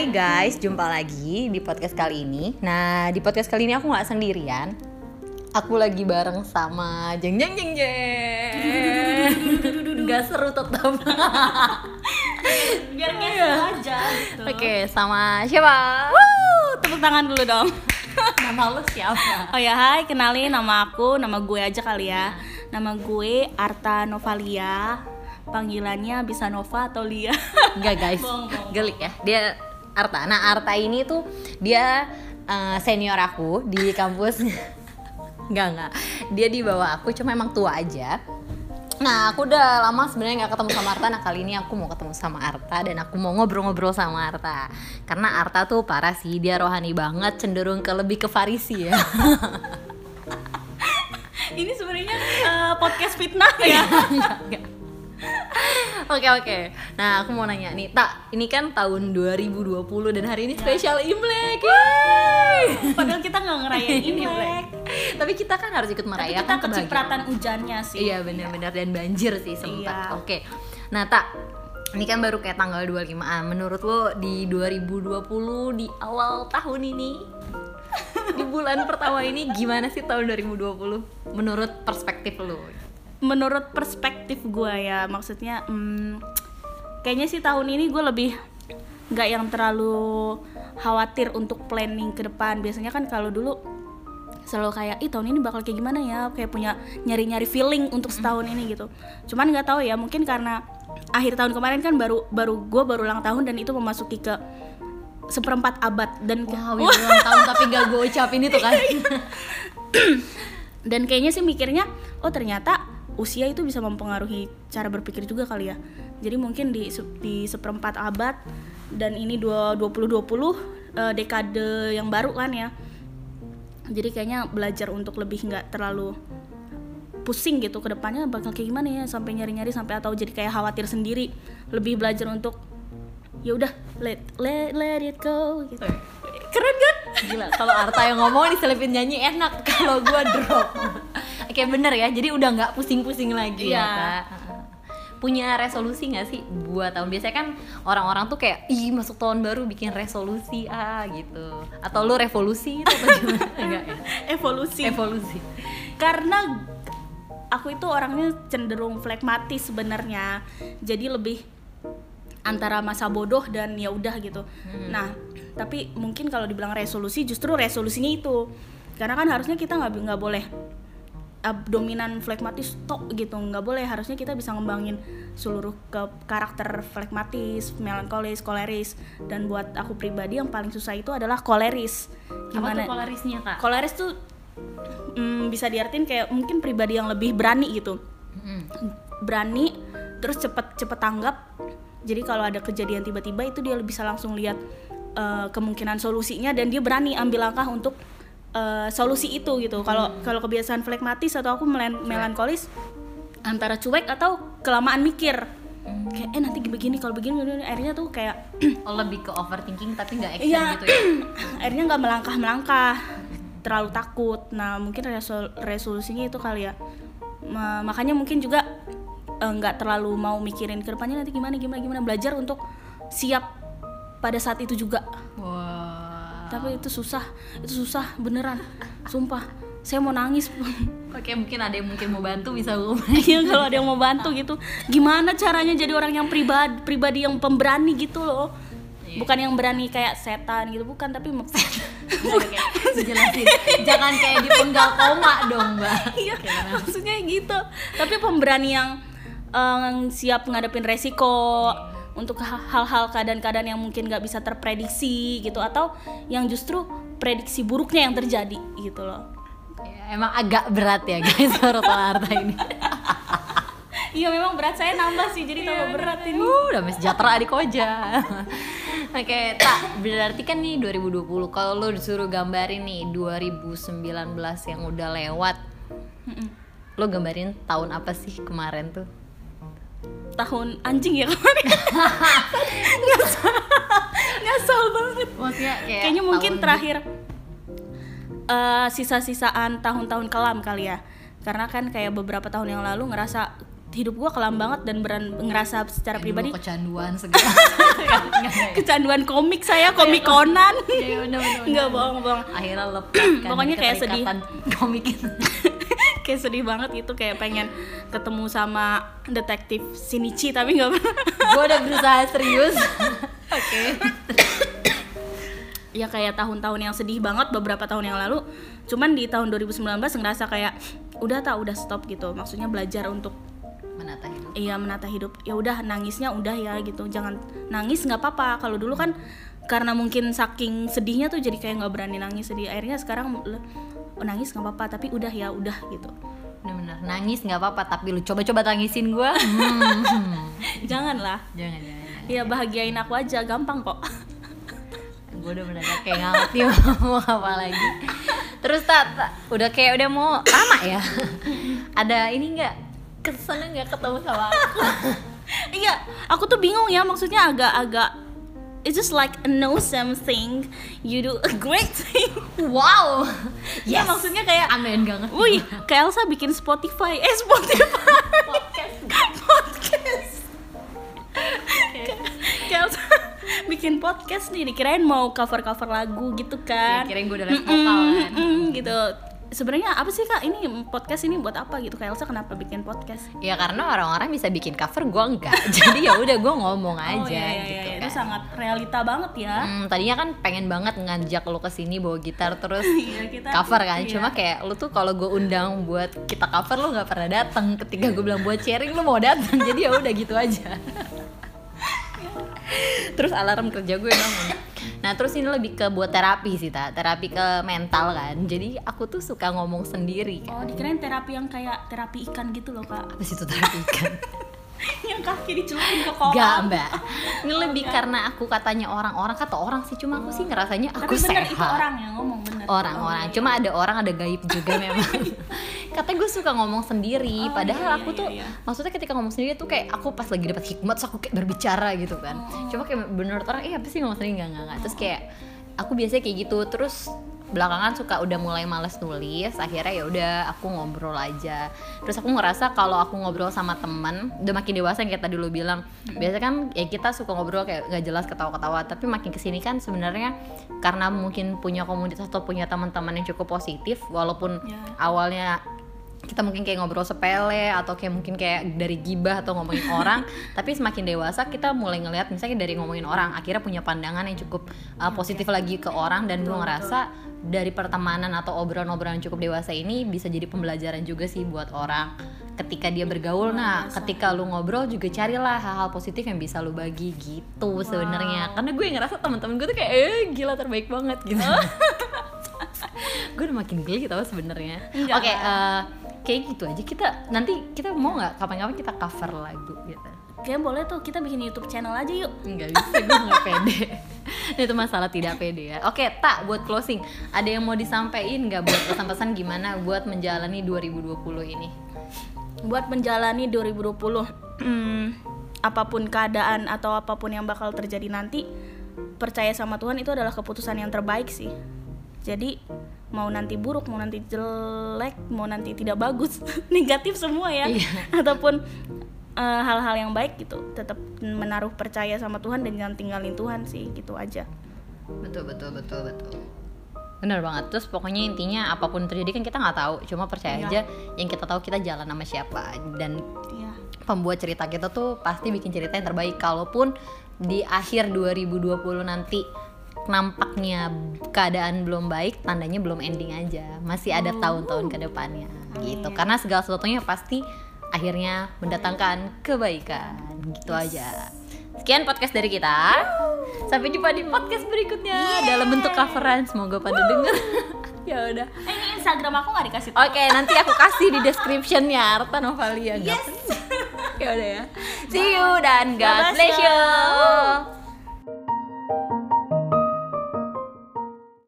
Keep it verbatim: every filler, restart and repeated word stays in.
Hai guys, jumpa lagi di podcast kali ini. Nah, di podcast kali ini aku nggak sendirian. Aku lagi bareng sama jeng jeng jeng jeng. Gak seru tetap. Biar kayak seru aja gitu. Oke, sama siapa? Wuh, tepuk tangan dulu dong. Nama lu siapa? Oh ya, hai, kenalin nama aku, nama gue aja kali ya. Nama gue Arta Novalia. Panggilannya bisa Nova atau Lia. Enggak guys, Bohong, bohong. gelik ya. Dia Arta. Nah, Arta ini tuh dia uh, senior aku di kampus. Enggak, enggak. Dia di bawah aku, cuma emang tua aja. Nah, aku udah lama sebenarnya nggak ketemu sama Arta. Nah, kali ini aku mau ketemu sama Arta dan aku mau ngobrol-ngobrol sama Arta. Karena Arta tuh parah sih, dia rohani banget, cenderung ke lebih ke Farisi ya. Ini sebenarnya uh, podcast fitnah ya. Oke oke. Nah, aku mau nanya nih, Tak, ini kan tahun dua ribu dua puluh dan hari ini spesial Imlek. Yeay! Padahal kita nggak ngerayain Imlek. Tapi kita kan harus ikut Tapi merayakan kita kebahagiaan. kecipratan hujannya sih. Iya, benar-benar, dan banjir sih sempat. Iya. Oke. Nah, Tak, ini kan baru kayak tanggal dua puluh lima. Menurut lo di dua ribu dua puluh, di awal tahun ini, di bulan pertama ini gimana sih tahun dua ribu dua puluh menurut perspektif lo? Menurut perspektif gue ya, maksudnya hmm, kayaknya sih tahun ini gue lebih nggak yang terlalu khawatir untuk planning ke depan. Biasanya kan kalau dulu selalu kayak, ih tahun ini bakal kayak gimana ya, kayak punya nyari-nyari feeling untuk setahun ini gitu. Cuman nggak tahu ya, mungkin karena akhir tahun kemarin kan baru baru gue baru ulang tahun dan itu memasuki ke seperempat abad dan Wow, ya ulang tahun tapi gak gue ucapin itu kan. Dan kayaknya sih mikirnya, oh ternyata usia itu bisa mempengaruhi cara berpikir juga kali ya. Jadi mungkin di di seperempat abad dan ini dua puluh dua puluh uh, dekade yang baru kan ya. Jadi kayaknya belajar untuk lebih nggak terlalu pusing gitu ke depannya bakal kayak gimana ya, sampai nyari-nyari sampai atau jadi kayak khawatir sendiri. Lebih belajar untuk ya udah let let let it go gitu. Keren kan? Gila, kalau Arta yang ngomong diselipin nyanyi enak, kalau gue drop. Oke, bener ya, jadi udah nggak pusing-pusing lagi. Iya. Ya, Kak. Punya resolusi nggak sih buat tahun? Biasanya kan orang-orang tuh kayak, ih masuk tahun baru bikin resolusi ah gitu. Atau lu revolusi gitu atau gimana? Enggak ya? Evolusi. Evolusi. Karena aku itu orangnya cenderung flekmatis sebenarnya, jadi lebih antara masa bodoh dan ya udah gitu. Hmm. Nah, tapi mungkin kalau dibilang resolusi, justru resolusinya itu, karena kan harusnya kita nggak nggak boleh uh, dominan flekmatis tok gitu, nggak boleh. Harusnya kita bisa ngembangin seluruh ke karakter flekmatis, melankolis, koleris. Dan buat aku pribadi yang paling susah itu adalah koleris. Gimana? Apa tuh kolerisnya, Kak? Koleris tuh mm, bisa diartin kayak mungkin pribadi yang lebih berani gitu. Hmm. Berani, terus cepet cepet tanggap. Jadi kalau ada kejadian tiba-tiba itu dia bisa langsung lihat uh, kemungkinan solusinya dan dia berani ambil langkah untuk uh, solusi itu gitu. Kalau hmm. kalau kebiasaan flekmatis atau aku melen- melankolis antara cuek atau kelamaan mikir. Hmm. Kayak eh nanti begini kalau begini, begini akhirnya tuh kayak oh, lebih ke overthinking tapi nggak action iya, gitu ya. Akhirnya nggak melangkah-melangkah, terlalu takut. Nah, mungkin resol- resolusinya itu kali ya. Ma- makanya mungkin juga nggak uh, terlalu mau mikirin ke depannya nanti gimana gimana gimana, belajar untuk siap pada saat itu juga. Wow. Tapi itu susah, itu susah beneran, sumpah. Saya mau nangis. Oke, mungkin ada yang mungkin mau bantu bisa gue. Iya, kalau ada yang mau bantu gitu, gimana caranya jadi orang yang pribadi pribadi yang pemberani gitu loh. Bukan yang berani kayak setan gitu, bukan, tapi jelasin. Jangan kayak dipenggal koma dong, Mbak. Iya, maksudnya gitu. Tapi pemberani yang um, siap ngadepin resiko untuk hal-hal keadaan-keadaan yang mungkin nggak bisa terprediksi gitu, atau yang justru prediksi buruknya yang terjadi gitu loh. Ya, emang agak berat ya guys soal Arta ini. Iya, memang berat, saya nambah sih jadi tambah berat ini. Uh, udah sejahtera adik koja. Oke, Tak, berarti kan nih dua ribu dua puluh, kalau lo disuruh gambarin nih dua ribu sembilan belas yang udah lewat, Mm-mm. lo gambarin tahun apa sih kemarin tuh? Tahun anjing ya kemarin. Ngasal, ngasal banget. Maksudnya kayak kayaknya mungkin terakhir uh, sisa-sisaan tahun-tahun kelam kali ya. Karena kan kayak beberapa tahun yang lalu ngerasa hidup gue kelam banget dan beran ngerasa secara Kayak pribadi dulu kecanduan segala. kecanduan komik saya, komik Conan. Iya benar-benar. Nggak bohong-bohong. Akhirnya lepaskan. Pokoknya kayak sedih. Komik itu. Kayak sedih banget gitu, kayak pengen ketemu sama detektif Shinichi tapi nggak pernah. Gue udah berusaha serius. Oke. Ya kayak tahun-tahun yang sedih banget beberapa tahun yang lalu. Cuman di tahun dua ribu sembilan belas ngerasa kayak udah tak udah stop gitu. Maksudnya belajar untuk Menata hidup. iya menata hidup. Ya udah nangisnya udah ya gitu. Jangan nangis nggak apa-apa. Kalau dulu kan karena mungkin saking sedihnya tuh jadi kayak nggak berani nangis sedih. Akhirnya sekarang oh, nangis nggak apa-apa tapi udah ya udah gitu. Bener-bener nangis nggak apa-apa tapi lu coba-coba tangisin gue. Hmm. Janganlah. Jangan jangan. Ya bahagiain aku aja, gampang kok. Gue udah bener kayak nggak ngerti mau apa lagi. Terus tak, tak udah kayak udah mau lama ya. Ada ini nggak? Kesana nggak ketemu sama aku? Iya, aku tuh bingung ya, maksudnya agak-agak it's just like a know something, you do a great thing. Wow. Ya maksudnya kayak amin gak ngerti. Wih, kayak Elsa bikin Spotify, eh Spotify Podcast. podcast. Kayak Elsa bikin podcast nih, dikirain mau cover-cover lagu gitu kan. Ya, kirain gue udah les vokal kan. Mm-mm, gitu. Sebenarnya apa sih Kak ini podcast ini buat apa gitu? Kayak Elsa kenapa bikin podcast? Ya karena orang-orang bisa bikin cover, gue enggak. Jadi ya udah gue ngomong aja Oh iya, iya, gitu iya. kan. Itu sangat realita banget ya. Hmm, tadinya kan pengen banget ngajak lu kesini bawa gitar terus Iya, kita- cover kan. iya. Cuma kayak lu tuh kalau gue undang buat kita cover lu nggak pernah datang. Ketika gue bilang buat sharing lu mau datang. Jadi ya udah gitu aja. Terus alarm kerja gue bangun. Nah terus ini lebih ke buat terapi sih ta, terapi ke mental kan. Jadi aku tuh suka ngomong sendiri kan. Oh, dikirain terapi yang kayak terapi ikan gitu loh Kak. Apa sih itu terapi ikan? Yang kaki dicelupin ke kolam. Gak mbak, ini lebih karena aku katanya orang-orang, kata orang sih, cuma aku sih ngerasanya aku Tapi bener sehat. itu orang yang ngomong bener. Orang-orang, Oh, iya, cuma ada orang ada gaib juga memang. Katanya gue suka ngomong sendiri, Oh, padahal iya, aku iya, tuh, iya. maksudnya ketika ngomong sendiri tuh kayak aku pas lagi dapat hikmat, terus aku kayak berbicara gitu kan. Oh. Cuma kayak bener orang, eh apa sih ngomong sendiri, nggak nggak nggak. Terus kayak aku biasanya kayak gitu, terus belakangan suka udah mulai males nulis, akhirnya ya udah aku ngobrol aja. Terus aku ngerasa kalau aku ngobrol sama teman udah makin dewasa yang kayak tadi lu bilang, biasanya kan ya kita suka ngobrol kayak nggak jelas ketawa-ketawa, tapi makin kesini kan sebenarnya karena mungkin punya komunitas atau punya teman-teman yang cukup positif, walaupun Ya. awalnya kita mungkin kayak ngobrol sepele atau kayak mungkin kayak dari gibah atau ngomongin orang, tapi semakin dewasa kita mulai ngelihat misalnya dari ngomongin orang akhirnya punya pandangan yang cukup uh, positif lagi ke orang, dan gue ngerasa dari pertemanan atau obrolan-obrolan yang cukup dewasa ini bisa jadi pembelajaran juga sih buat orang ketika dia bergaul. Nah ketika lu ngobrol juga carilah hal-hal positif yang bisa lu bagi gitu sebenarnya, karena gue ngerasa teman-teman gue tuh kayak eh gila terbaik banget gitu. Gue udah makin geli tau sebenarnya. Enggak. Oke, eh, kayak gitu aja. Kita nanti kita mau nggak kapan-kapan kita cover lagu gitu? Kayaknya boleh tuh kita bikin YouTube channel aja yuk. Nggak bisa, gue nggak pede. Itu masalah tidak pede ya. Oke, tak buat closing. Ada yang mau disampaikan nggak buat pesan-pesan gimana buat menjalani dua ribu dua puluh ini? Buat menjalani dua ribu dua puluh, hmm, apapun keadaan atau apapun yang bakal terjadi nanti, percaya sama Tuhan itu adalah keputusan yang terbaik sih. Jadi mau nanti buruk, mau nanti jelek, mau nanti tidak bagus, negatif semua ya. Iya. Ataupun uh, hal-hal yang baik gitu, tetap menaruh percaya sama Tuhan dan jangan tinggalin Tuhan sih, gitu aja. Betul betul betul betul. Benar banget. Terus pokoknya intinya apapun terjadi kan kita nggak tahu, cuma percaya Iya. aja yang kita tahu kita jalan sama siapa, dan Iya. pembuat cerita kita tuh pasti bikin cerita yang terbaik. Kalaupun di akhir dua ribu dua puluh nanti nampaknya keadaan belum baik, tandanya belum ending aja, masih ada tahun-tahun ke depannya gitu. Karena segala sesuatunya pasti akhirnya mendatangkan kebaikan gitu aja. Sekian podcast dari kita. Sampai jumpa di podcast berikutnya dalam bentuk coveran. Semoga pada denger. Ya udah. Eh, ini Instagram aku nggak dikasih tahu. Oke, nanti aku kasih di description-nya Arta Novalia. Yes. Ya udah ya. See you dan God God bless bless you. you.